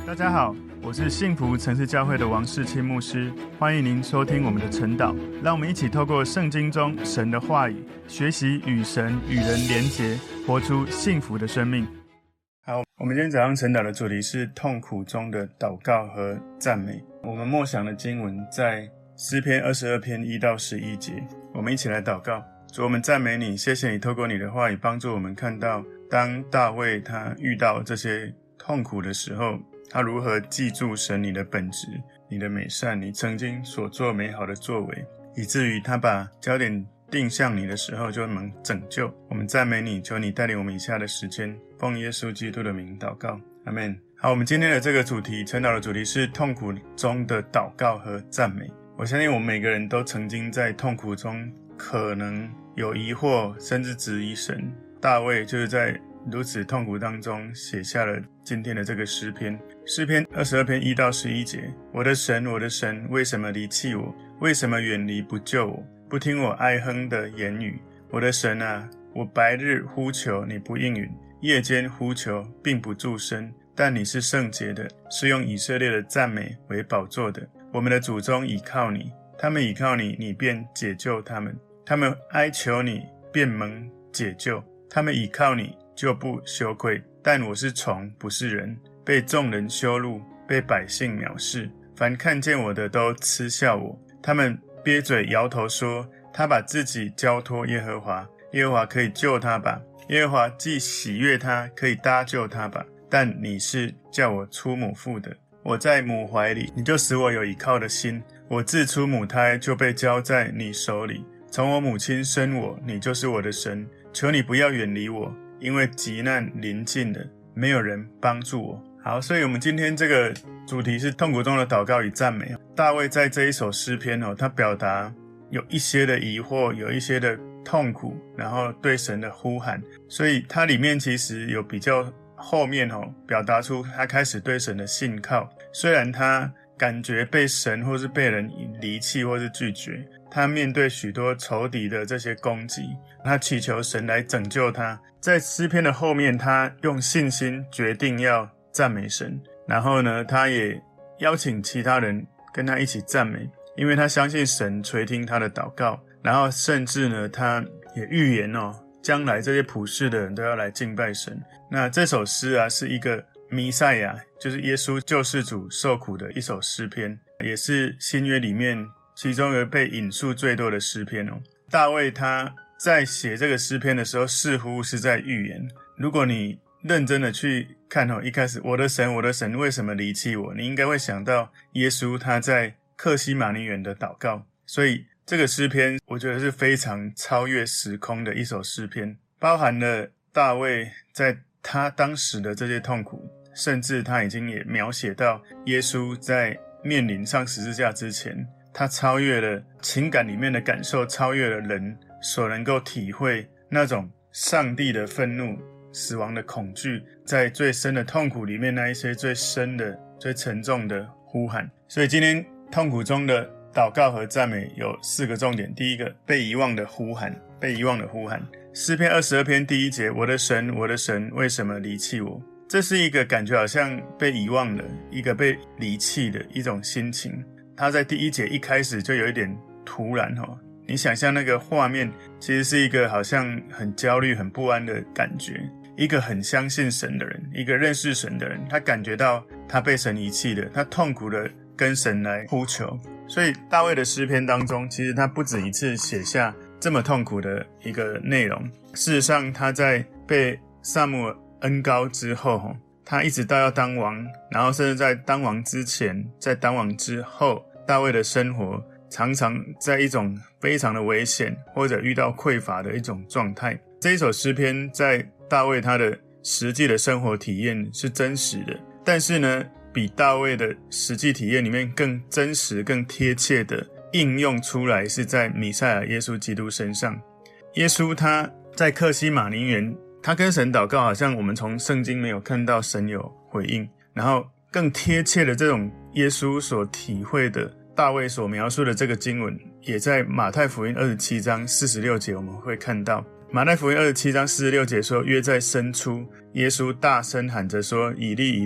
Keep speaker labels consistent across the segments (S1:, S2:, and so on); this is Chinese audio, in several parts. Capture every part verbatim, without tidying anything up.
S1: 大家好，我是幸福城市教会的王世清牧师，欢迎您收听我们的晨祷。让我们一起透过圣经中神的话语，学习与神与人连结，活出幸福的生命。好，我们今天早上晨祷的主题是痛苦中的祷告和赞美。我们默想的经文在诗篇二十二篇一到十一节，我们一起来祷告。主，我们赞美你，谢谢你透过你的话语帮助我们看到，当大卫他遇到这些痛苦的时候，他如何记住神你的本质，你的美善，你曾经所做美好的作为，以至于他把焦点定向你的时候就能拯救。我们赞美你，求你带领我们以下的时间，奉耶稣基督的名祷告，阿们。好，我们今天的这个主题，晨祷的主题是痛苦中的祷告和赞美。我相信我们每个人都曾经在痛苦中可能有疑惑，甚至质疑神。大卫就是在如此痛苦当中写下了今天的这个诗篇。诗篇二十二篇一到十一节，我的神，我的神，为什么离弃我？为什么远离不救我？不听我哀哼的言语。我的神啊，我白日呼求你不应允，夜间呼求并不住声。但你是圣洁的，是用以色列的赞美为宝座的。我们的祖宗倚靠你，他们倚靠你，你便解救他们。他们哀求你，便蒙解救。他们倚靠你，就不羞愧。但我是虫，不是人，被众人羞辱，被百姓藐视。凡看见我的都嗤笑我。他们憋嘴摇头说，他把自己交托耶和华，耶和华可以救他吧？耶和华既喜悦他，可以搭救他吧？但你是叫我出母腹的，我在母怀里，你就使我有倚靠的心。我自出母胎就被交在你手里，从我母亲生我，你就是我的神。求你不要远离我，因为急难临近了，没有人帮助我。好，所以我们今天这个主题是痛苦中的祷告与赞美。大卫在这一首诗篇哦，他表达有一些的疑惑，有一些的痛苦，然后对神的呼喊，所以他里面其实有比较后面哦，表达出他开始对神的信靠。虽然他感觉被神或是被人离弃或是拒绝，他面对许多仇敌的这些攻击，他祈求神来拯救他。在诗篇的后面，他用信心决定要赞美神，然后呢，他也邀请其他人跟他一起赞美，因为他相信神垂听他的祷告，然后甚至呢，他也预言哦，将来这些普世的人都要来敬拜神。那这首诗啊，是一个弥赛亚，就是耶稣救世主受苦的一首诗篇，也是新约里面其中一个被引述最多的诗篇哦。大卫他在写这个诗篇的时候，似乎是在预言。如果你认真的去看哦，一开始我的神，我的神，为什么离弃我？你应该会想到耶稣他在客西马尼园的祷告。所以这个诗篇，我觉得是非常超越时空的一首诗篇，包含了大卫在他当时的这些痛苦，甚至他已经也描写到耶稣在面临上十字架之前，他超越了情感里面的感受，超越了人所能够体会那种上帝的愤怒、死亡的恐惧，在最深的痛苦里面那一些最深的、最沉重的呼喊。所以今天痛苦中的祷告和赞美有四个重点。第一个，被遗忘的呼喊，被遗忘的呼喊。诗篇二十二篇第一节，我的神，我的神，为什么离弃我？这是一个感觉好像被遗忘的，一个被离弃的一种心情。他在第一节一开始就有一点突然哦，你想象那个画面，其实是一个好像很焦虑、很不安的感觉。一个很相信神的人，一个认识神的人，他感觉到他被神遗弃了，他痛苦的跟神来呼求。所以大卫的诗篇当中，其实他不止一次写下这么痛苦的一个内容。事实上，他在被撒母耳恩膏之后，他一直到要当王，然后甚至在当王之前，在当王之后，大卫的生活常常在一种非常的危险或者遇到匮乏的一种状态。这一首诗篇在大卫他的实际的生活体验是真实的，但是呢，比大卫的实际体验里面更真实、更贴切的应用出来，是在弥赛亚耶稣基督身上。耶稣他在客西马尼园，他跟神祷告，好像我们从圣经没有看到神有回应，然后更贴切的这种耶稣所体会的大卫所描述的这个经文，也在马太福音二十七章四十六节我们会看到。马太福音二十七章四十六节说，约在申初，耶稣大声喊着说，以利以利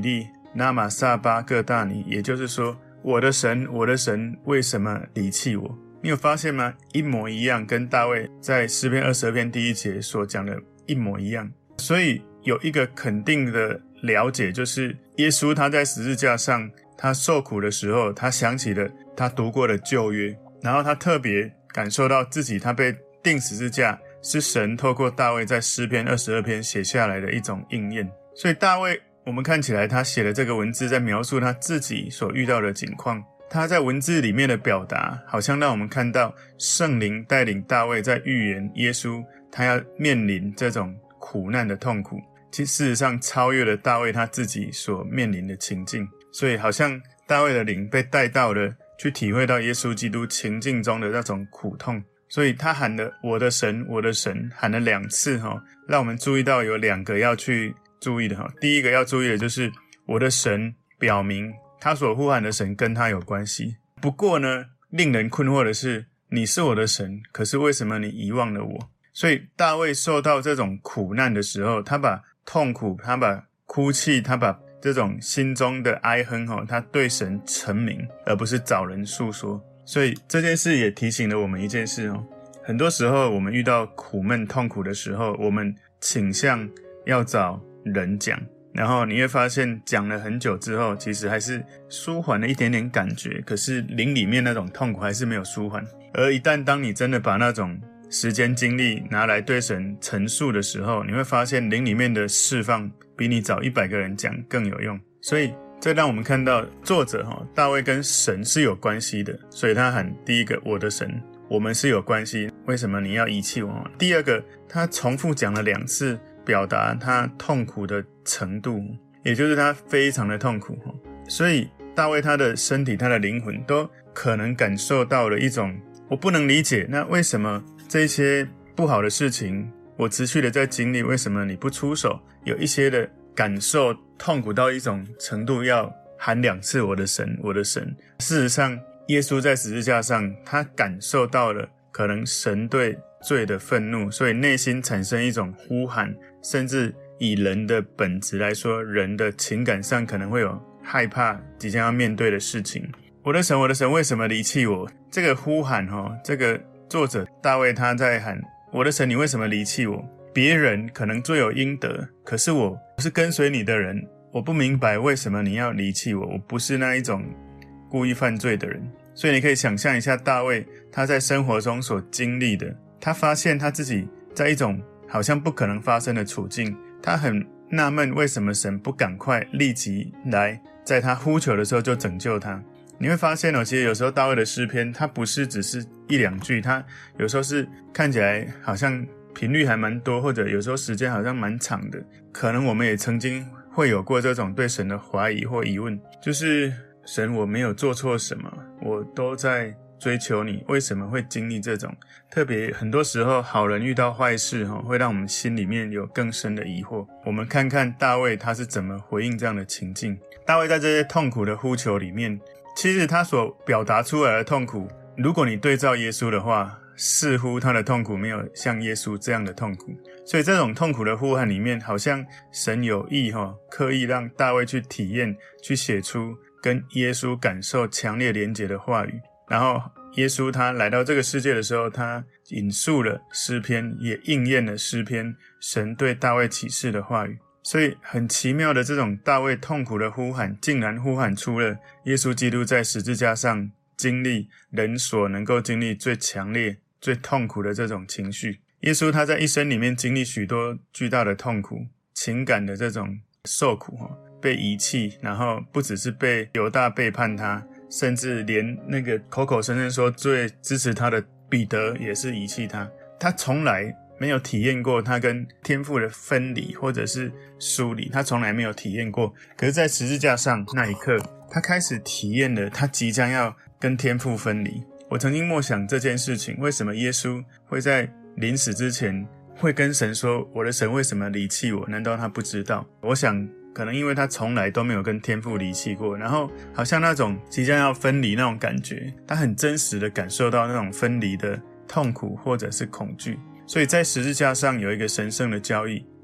S1: 那玛撒巴各大尼，也就是说，我的神，我的神，为什么离弃我？你有发现吗？一模一样，跟大卫在诗篇二十二篇第一节所讲的一模一样。所以有一个肯定的了解，就是耶稣他在十字架上他受苦的时候，他想起了他读过的旧约，然后他特别感受到自己他被钉十字架是神透过大卫在诗篇二十二篇写下来的一种应验。所以大卫我们看起来他写的这个文字在描述他自己所遇到的境况，他在文字里面的表达好像让我们看到圣灵带领大卫在预言耶稣他要面临这种苦难的痛苦，其实事实上超越了大卫他自己所面临的情境。所以好像大卫的灵被带到了去体会到耶稣基督情境中的那种苦痛，所以他喊了我的神我的神喊了两次、哦、让我们注意到有两个要去注意的、哦、第一个要注意的就是我的神表明他所呼喊的神跟他有关系。不过呢，令人困惑的是，你是我的神，可是为什么你遗忘了我？所以大卫受到这种苦难的时候，他把痛苦，他把哭泣，他把这种心中的哀哼、哦、他对神陈明，而不是找人诉说。所以这件事也提醒了我们一件事、哦、很多时候我们遇到苦闷痛苦的时候，我们倾向要找人讲，然后你会发现讲了很久之后，其实还是舒缓了一点点感觉，可是灵里面那种痛苦还是没有舒缓。而一旦当你真的把那种时间精力拿来对神陈述的时候，你会发现灵里面的释放比你找一百个人讲更有用。所以这让我们看到作者、哦、大卫跟神是有关系的，所以他喊第一个我的神，我们是有关系，为什么你要遗弃我？第二个，他重复讲了两次，表达他痛苦的程度，也就是他非常的痛苦。所以大卫他的身体他的灵魂都可能感受到了一种我不能理解，那为什么这些不好的事情我持续的在经历，为什么你不出手？有一些的感受痛苦到一种程度要喊两次我的神我的神。事实上耶稣在十字架上他感受到了可能神对罪的愤怒，所以内心产生一种呼喊，甚至以人的本质来说，人的情感上可能会有害怕即将要面对的事情。我的神我的神为什么离弃我？这个呼喊、哦、这个作者大卫他在喊我的神你为什么离弃我？别人可能罪有应得，可是我是跟随你的人，我不明白为什么你要离弃我，我不是那一种故意犯罪的人。所以你可以想象一下大卫他在生活中所经历的，他发现他自己在一种好像不可能发生的处境，他很纳闷为什么神不赶快立即来在他呼求的时候就拯救他。你会发现哦，其实有时候大卫的诗篇他不是只是一两句，他有时候是看起来好像频率还蛮多，或者有时候时间好像蛮长的。可能我们也曾经会有过这种对神的怀疑或疑问，就是神我没有做错什么，我都在追求你，为什么会经历这种？特别很多时候好人遇到坏事会让我们心里面有更深的疑惑。我们看看大卫他是怎么回应这样的情境。大卫在这些痛苦的呼求里面，其实他所表达出来的痛苦，如果你对照耶稣的话，似乎他的痛苦没有像耶稣这样的痛苦。所以这种痛苦的呼喊里面，好像神有意、哦、刻意让大卫去体验，去写出跟耶稣感受强烈连结的话语。然后耶稣他来到这个世界的时候，他引述了诗篇，也应验了诗篇神对大卫启示的话语。所以很奇妙的，这种大卫痛苦的呼喊，竟然呼喊出了耶稣基督在十字架上经历人所能够经历最强烈最痛苦的这种情绪。耶稣他在一生里面经历许多巨大的痛苦，情感的这种受苦，被遗弃，然后不只是被犹大背叛他，甚至连那个口口声声说最支持他的彼得也是遗弃他。他从来没有体验过他跟天父的分离或者是疏离，他从来没有体验过。可是在十字架上那一刻，他开始体验了他即将要跟天父分离。我曾经默想这件事情，为什么耶稣会在临死之前会跟神说我的神为什么离弃我？难道他不知道？我想可能因为他从来都没有跟天父离弃过，然后好像那种即将要分离那种感觉，他很真实的感受到那种分离的痛苦或者是恐惧。所以在十字架上有一个神圣的交易，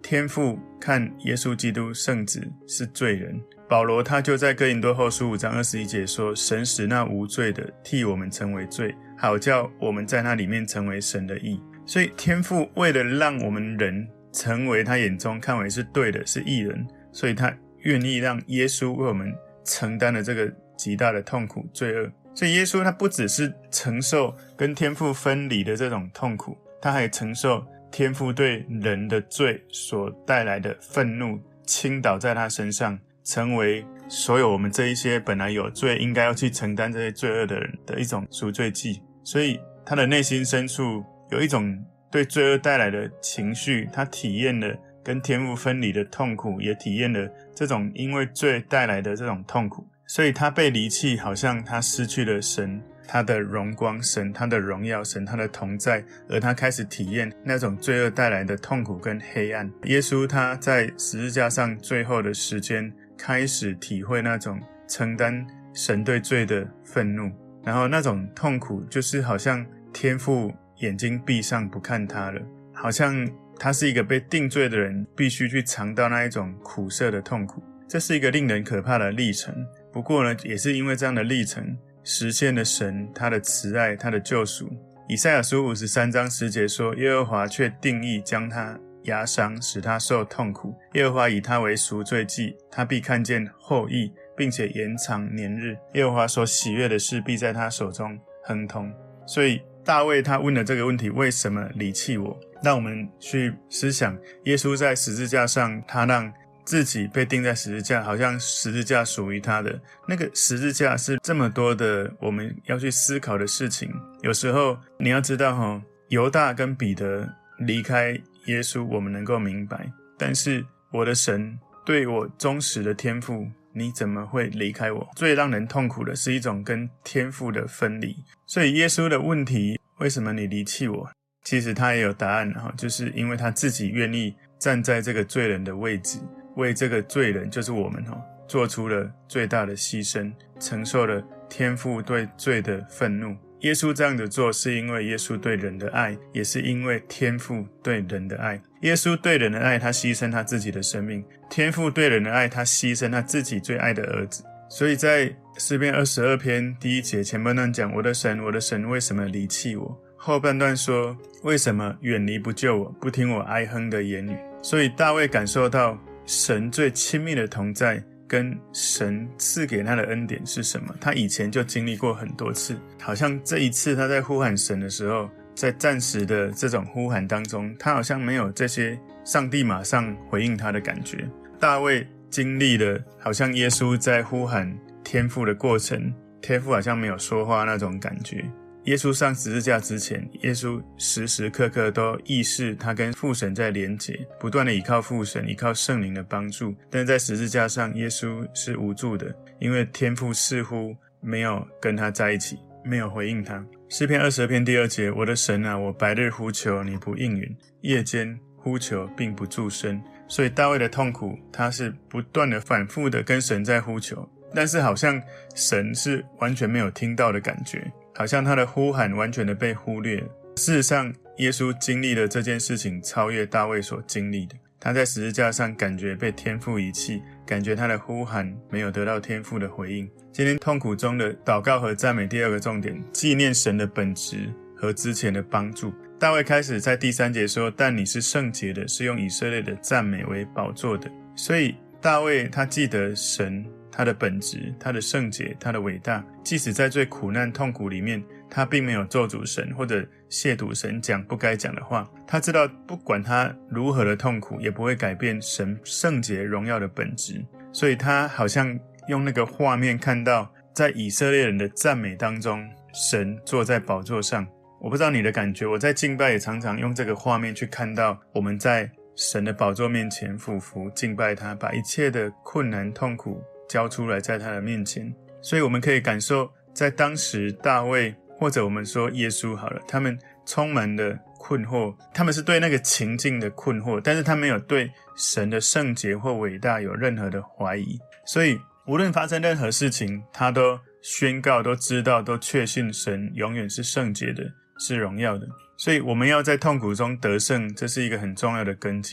S1: 天父看耶稣基督圣子是罪人。保罗他就在哥林多后书五章二十一节说，神使那无罪的替我们成为罪，好叫我们在那里面成为神的义。所以天父为了让我们人成为他眼中看为是对的，是义人，所以他愿意让耶稣为我们承担了这个极大的痛苦罪恶。所以耶稣他不只是承受跟天父分离的这种痛苦，他还承受天父对人的罪所带来的愤怒倾倒在他身上，成为所有我们这一些本来有罪应该要去承担这些罪恶的人的一种赎罪祭。所以他的内心深处有一种对罪恶带来的情绪，他体验了跟天父分离的痛苦，也体验了这种因为罪带来的这种痛苦。所以他被离弃，好像他失去了神他的荣光，神他的荣耀，神他的同在，而他开始体验那种罪恶带来的痛苦跟黑暗。耶稣他在十字架上最后的时间开始体会那种承担神对罪的愤怒，然后那种痛苦就是好像天父眼睛闭上不看他了，好像他是一个被定罪的人必须去尝到那一种苦涩的痛苦。这是一个令人可怕的历程，不过呢，也是因为这样的历程实现了神他的慈爱，他的救赎。以赛亚书五十三章十节说，耶和华却定义将他压伤，使他受痛苦，耶和华以他为赎罪祭，他必看见后裔，并且延长年日，耶和华所喜悦的事必在他手中亨通。所以大卫他问了这个问题，为什么离弃我？让我们去思想，耶稣在十字架上，他让自己被钉在十字架，好像十字架属于他的。那个十字架是这么多的我们要去思考的事情。有时候你要知道齁，犹大跟彼得离开耶稣我们能够明白，但是我的神对我忠实的天父，你怎么会离开我？最让人痛苦的是一种跟天父的分离。所以耶稣的问题，为什么你离弃我？其实他也有答案，就是因为他自己愿意站在这个罪人的位置，为这个罪人，就是我们做出了最大的牺牲，承受了天父对罪的愤怒。耶稣这样子做是因为耶稣对人的爱，也是因为天父对人的爱。耶稣对人的爱，他牺牲他自己的生命；天父对人的爱，他牺牲他自己最爱的儿子。所以在诗篇二十二篇第一节前半段讲，我的神，我的神，为什么离弃我？后半段说，为什么远离不救我，不听我哀哼的言语？所以大卫感受到神最亲密的同在，跟神赐给他的恩典是什么。他以前就经历过很多次，好像这一次他在呼喊神的时候，在暂时的这种呼喊当中，他好像没有这些上帝马上回应他的感觉。大卫经历了好像耶稣在呼喊天父的过程，天父好像没有说话那种感觉。耶稣上十字架之前，耶稣时时刻刻都意识他跟父神在连结，不断的依靠父神，依靠圣灵的帮助。但是在十字架上，耶稣是无助的，因为天父似乎没有跟他在一起，没有回应他。诗篇二十二篇第二节，我的神啊，我白日呼求你不应允，夜间呼求并不住声。所以大卫的痛苦，他是不断的反复的跟神在呼求，但是好像神是完全没有听到的感觉，好像他的呼喊完全的被忽略了。事实上，耶稣经历了这件事情超越大卫所经历的。他在十字架上感觉被天父遗弃，感觉他的呼喊没有得到天父的回应。今天痛苦中的祷告和赞美，第二个重点，纪念神的本质和之前的帮助。大卫开始在第三节说，但你是圣洁的，是用以色列的赞美为宝座的。所以大卫他记得神他的本质，他的圣洁，他的伟大，即使在最苦难痛苦里面，他并没有咒诅神或者亵渎神，讲不该讲的话。他知道不管他如何的痛苦，也不会改变神圣洁荣耀的本质。所以他好像用那个画面看到，在以色列人的赞美当中，神坐在宝座上。我不知道你的感觉，我在敬拜也常常用这个画面去看到我们在神的宝座面前俯伏敬拜他，把一切的困难痛苦交出来在他的面前。所以我们可以感受，在当时大卫或者我们说耶稣好了，他们充满了困惑，他们是对那个情境的困惑，但是他没有对神的圣洁或伟大有任何的怀疑。所以无论发生任何事情，他都宣告，都知道，都确信神永远是圣洁的，是荣耀的。所以我们要在痛苦中得胜，这是一个很重要的根基。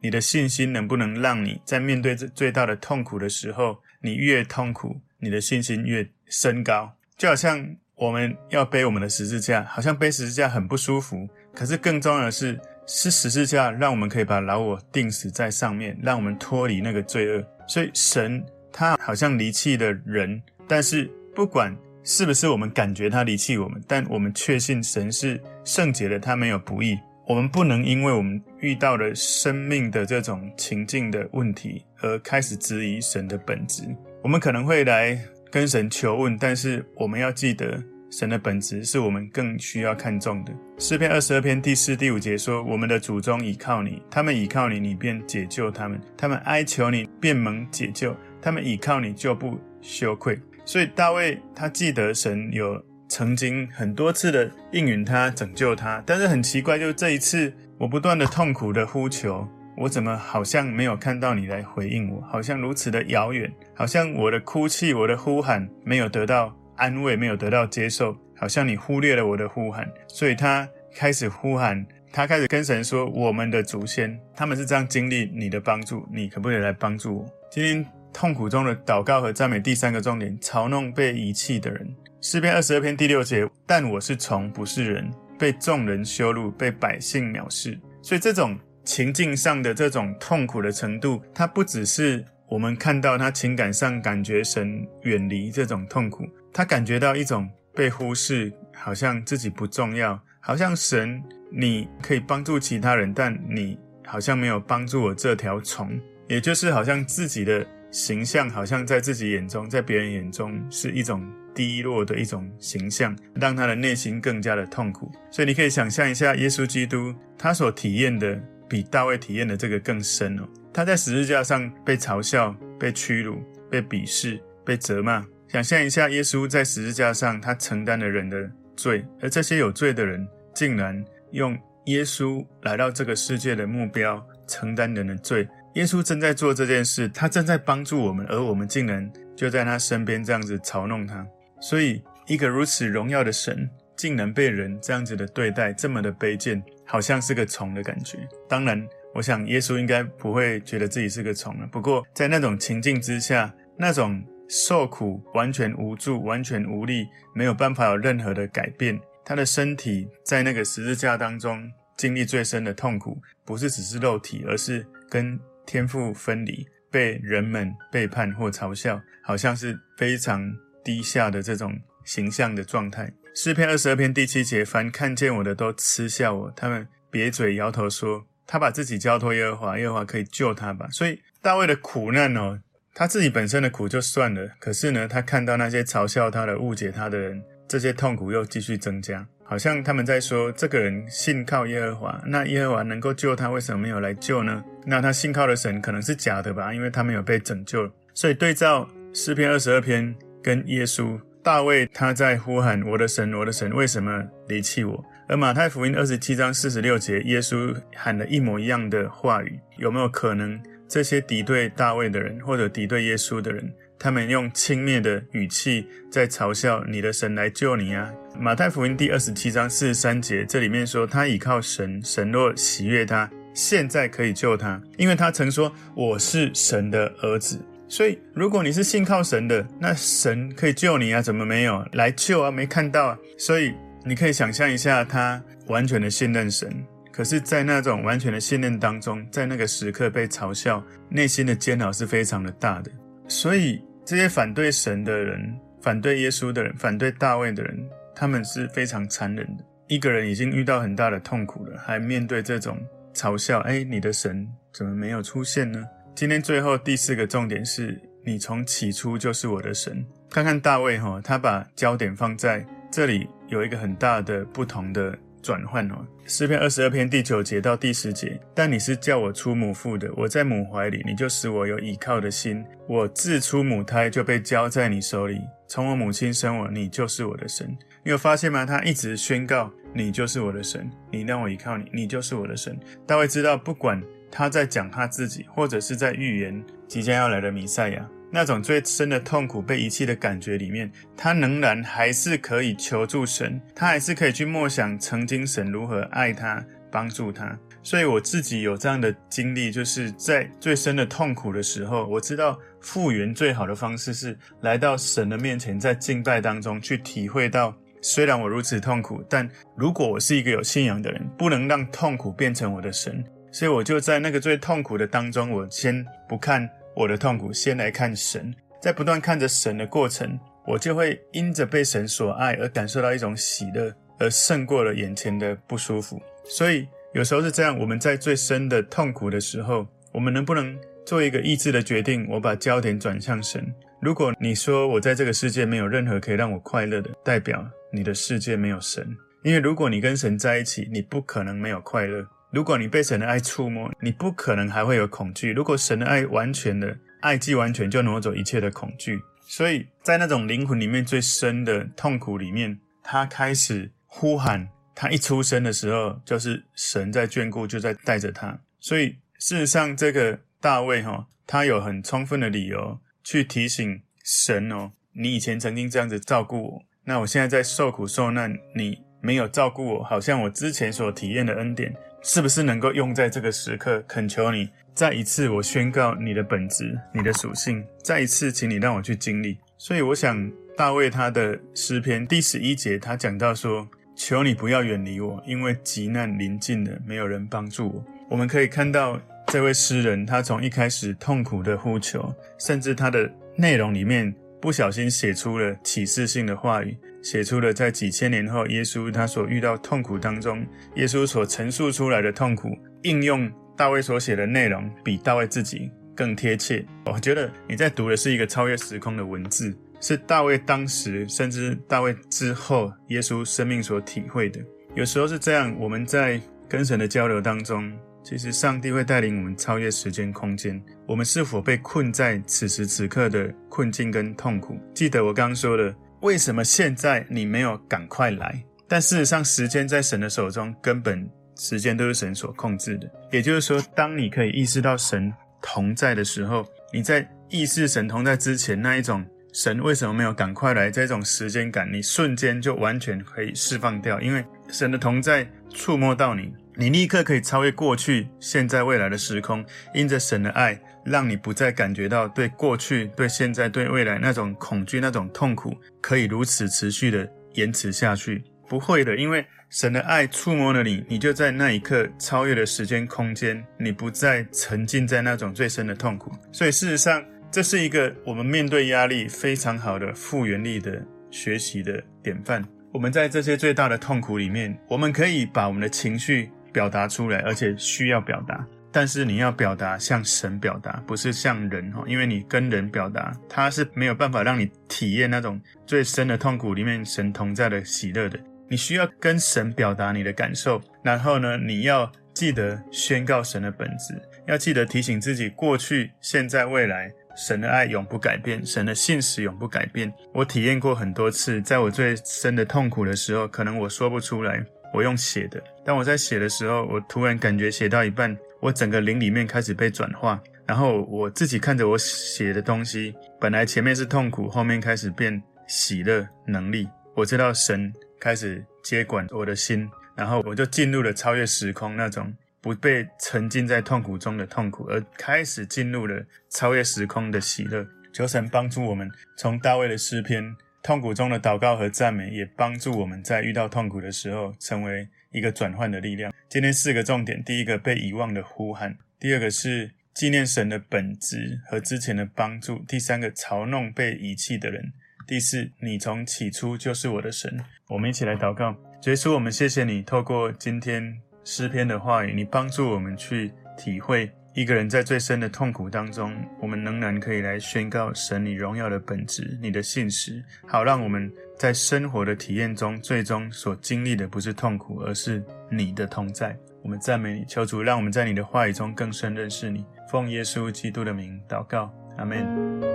S1: 你的信心能不能让你在面对最大的痛苦的时候，你越痛苦，你的信心越升高。就好像我们要背我们的十字架，好像背十字架很不舒服，可是更重要的是是十字架让我们可以把老我钉死在上面，让我们脱离那个罪恶。所以神他好像离弃了人，但是不管是不是我们感觉他离弃我们，但我们确信神是圣洁的，他没有不义。我们不能因为我们遇到了生命的这种情境的问题而开始质疑神的本质。我们可能会来跟神求问，但是我们要记得神的本质是我们更需要看重的。诗篇二十二篇第四、第五节说，我们的祖宗倚靠你，他们倚靠你，你便解救他们，他们哀求你，便蒙解救，他们倚靠你，就不羞愧。所以大卫他记得神有曾经很多次的应允他，拯救他，但是很奇怪，就是这一次我不断的痛苦的呼求，我怎么好像没有看到你来回应我，好像如此的遥远，好像我的哭泣，我的呼喊没有得到安慰，没有得到接受，好像你忽略了我的呼喊。所以他开始呼喊，他开始跟神说，我们的祖先他们是这样经历你的帮助，你可不可以来帮助我？今天痛苦中的祷告和赞美第三个重点，嘲弄被遗弃的人。诗篇二十二篇第六节，但我是虫不是人，被众人羞辱，被百姓藐视。所以这种情境上的这种痛苦的程度，它不只是我们看到他情感上感觉神远离这种痛苦，他感觉到一种被忽视，好像自己不重要，好像神你可以帮助其他人，但你好像没有帮助我这条虫，也就是好像自己的形象好像在自己眼中，在别人眼中是一种低落的一种形象，让他的内心更加的痛苦。所以你可以想象一下，耶稣基督他所体验的比大卫体验的这个更深哦。他在十字架上被嘲笑，被屈辱，被鄙视，被责骂。想象一下，耶稣在十字架上他承担了人的罪，而这些有罪的人竟然用耶稣来到这个世界的目标承担人的罪。耶稣正在做这件事，他正在帮助我们，而我们竟然就在他身边这样子嘲弄他。所以一个如此荣耀的神竟然被人这样子的对待，这么的卑贱，好像是个虫的感觉。当然我想耶稣应该不会觉得自己是个虫了，不过在那种情境之下，那种受苦完全无助，完全无力，没有办法有任何的改变，他的身体在那个十字架当中经历最深的痛苦，不是只是肉体，而是跟天父分离，被人们背叛或嘲笑，好像是非常低下的这种形象的状态。诗篇二十二篇第七节，凡看见我的都嗤笑我，他们瘪嘴摇头说，他把自己交托耶和华，耶和华可以救他吧。所以大卫的苦难哦，他自己本身的苦就算了，可是呢，他看到那些嘲笑他的、误解他的人，这些痛苦又继续增加，好像他们在说，这个人信靠耶和华，那耶和华能够救他，为什么没有来救呢？那他信靠的神可能是假的吧，因为他没有被拯救。所以对照诗篇二十二篇跟耶稣，大卫他在呼喊，我的神，我的神，为什么离弃我？而马太福音二十七章四十六节，耶稣喊了一模一样的话语。有没有可能这些敌对大卫的人，或者敌对耶稣的人，他们用轻蔑的语气在嘲笑你的神来救你啊？马太福音第二十七章四十三节，这里面说，他倚靠神，神若喜悦他，现在可以救他，因为他曾说，我是神的儿子。所以如果你是信靠神的，那神可以救你啊，怎么没有来救啊？没看到啊？所以你可以想象一下，他完全的信任神，可是在那种完全的信任当中，在那个时刻被嘲笑，内心的煎熬是非常的大的。所以这些反对神的人，反对耶稣的人，反对大卫的人，他们是非常残忍的。一个人已经遇到很大的痛苦了，还面对这种嘲笑，诶，你的神怎么没有出现呢？今天最后第四个重点是，你从起初就是我的神。看看大卫、哦、他把焦点放在这里，有一个很大的不同的转换、哦、诗篇二十二篇第九节到第十节，但你是叫我出母腹的，我在母怀里，你就使我有倚靠的心，我自出母胎就被交在你手里，从我母亲生我，你就是我的神。你有发现吗？他一直宣告，你就是我的神，你让我倚靠你，你就是我的神。大卫知道，不管他在讲他自己，或者是在预言即将要来的弥赛亚，那种最深的痛苦、被遗弃的感觉里面，他仍然还是可以求助神，他还是可以去默想曾经神如何爱他、帮助他。 所以我自己有这样的经历，就是在最深的痛苦的时候，我知道复原最好的方式是来到神的面前，在敬拜当中去体会到，虽然我如此痛苦，但如果我是一个有信仰的人，不能让痛苦变成我的神，所以我就在那个最痛苦的当中，我先不看我的痛苦，先来看神。在不断看着神的过程，我就会因着被神所爱而感受到一种喜乐，而胜过了眼前的不舒服。所以有时候是这样，我们在最深的痛苦的时候，我们能不能做一个意志的决定，我把焦点转向神。如果你说我在这个世界没有任何可以让我快乐的，代表你的世界没有神。因为如果你跟神在一起，你不可能没有快乐。如果你被神的爱触摸，你不可能还会有恐惧。如果神的爱完全的，爱既完全，就挪走一切的恐惧。所以在那种灵魂里面最深的痛苦里面，他开始呼喊，他一出生的时候，就是神在眷顾，就在带着他。所以事实上这个大卫、哦、他有很充分的理由去提醒神哦，你以前曾经这样子照顾我，那我现在在受苦受难，你没有照顾我，好像我之前所体验的恩典是不是能够用在这个时刻？恳求你再一次，我宣告你的本质，你的属性，再一次请你让我去经历。所以我想大卫他的诗篇第十一节，他讲到说，求你不要远离我，因为急难临近了，没有人帮助我。我们可以看到这位诗人，他从一开始痛苦的呼求，甚至他的内容里面不小心写出了启示性的话语，写出了在几千年后耶稣他所遇到痛苦当中，耶稣所陈述出来的痛苦，应用大卫所写的内容比大卫自己更贴切。我觉得你在读的是一个超越时空的文字，是大卫当时甚至大卫之后耶稣生命所体会的。有时候是这样，我们在跟神的交流当中，其实上帝会带领我们超越时间空间。我们是否被困在此时此刻的困境跟痛苦？记得我刚刚说的，为什么现在你没有赶快来？但事实上时间在神的手中，根本时间都是神所控制的。也就是说，当你可以意识到神同在的时候，你在意识神同在之前，那一种神为什么没有赶快来这种时间感，你瞬间就完全可以释放掉。因为神的同在触摸到你，你立刻可以超越过去现在未来的时空，因着神的爱让你不再感觉到对过去对现在对未来那种恐惧那种痛苦可以如此持续的延迟下去。不会的，因为神的爱触摸了你，你就在那一刻超越了时间空间，你不再沉浸在那种最深的痛苦。所以事实上这是一个我们面对压力非常好的复原力的学习的典范。我们在这些最大的痛苦里面，我们可以把我们的情绪表达出来，而且需要表达，但是你要表达向神表达，不是向人，因为你跟人表达，他是没有办法让你体验那种最深的痛苦里面神同在的喜乐的。你需要跟神表达你的感受，然后呢，你要记得宣告神的本质，要记得提醒自己，过去现在未来神的爱永不改变，神的信实永不改变。我体验过很多次，在我最深的痛苦的时候，可能我说不出来，我用写的，当我在写的时候，我突然感觉写到一半，我整个灵里面开始被转化，然后我自己看着我写的东西，本来前面是痛苦，后面开始变喜乐能力。我知道神开始接管我的心，然后我就进入了超越时空那种不被沉浸在痛苦中的痛苦，而开始进入了超越时空的喜乐。求神帮助我们，从大卫的诗篇痛苦中的祷告和赞美，也帮助我们在遇到痛苦的时候成为一个转换的力量。今天四个重点，第一个被遗忘的呼喊，第二个是纪念神的本质和之前的帮助，第三个嘲弄被遗弃的人，第四，你从起初就是我的神。我们一起来祷告。主耶稣，我们谢谢你透过今天诗篇的话语，你帮助我们去体会一个人在最深的痛苦当中，我们仍然可以来宣告神你荣耀的本质，你的信实，好让我们在生活的体验中，最终所经历的不是痛苦，而是你的同在。我们赞美你，求主让我们在你的话语中更深认识你。奉耶稣基督的名祷告，阿们。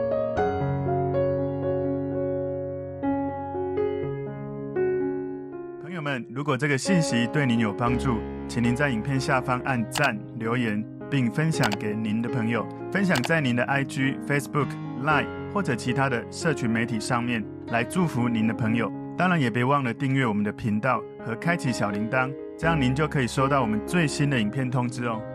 S1: 朋友们，如果这个信息对您有帮助，请您在影片下方按赞、留言，并分享给您的朋友，分享在您的 I G、Facebook、Line 或者其他的社群媒体上面，来祝福您的朋友。当然也别忘了订阅我们的频道和开启小铃铛， 这样您就可以收到我们最新的影片通知哦。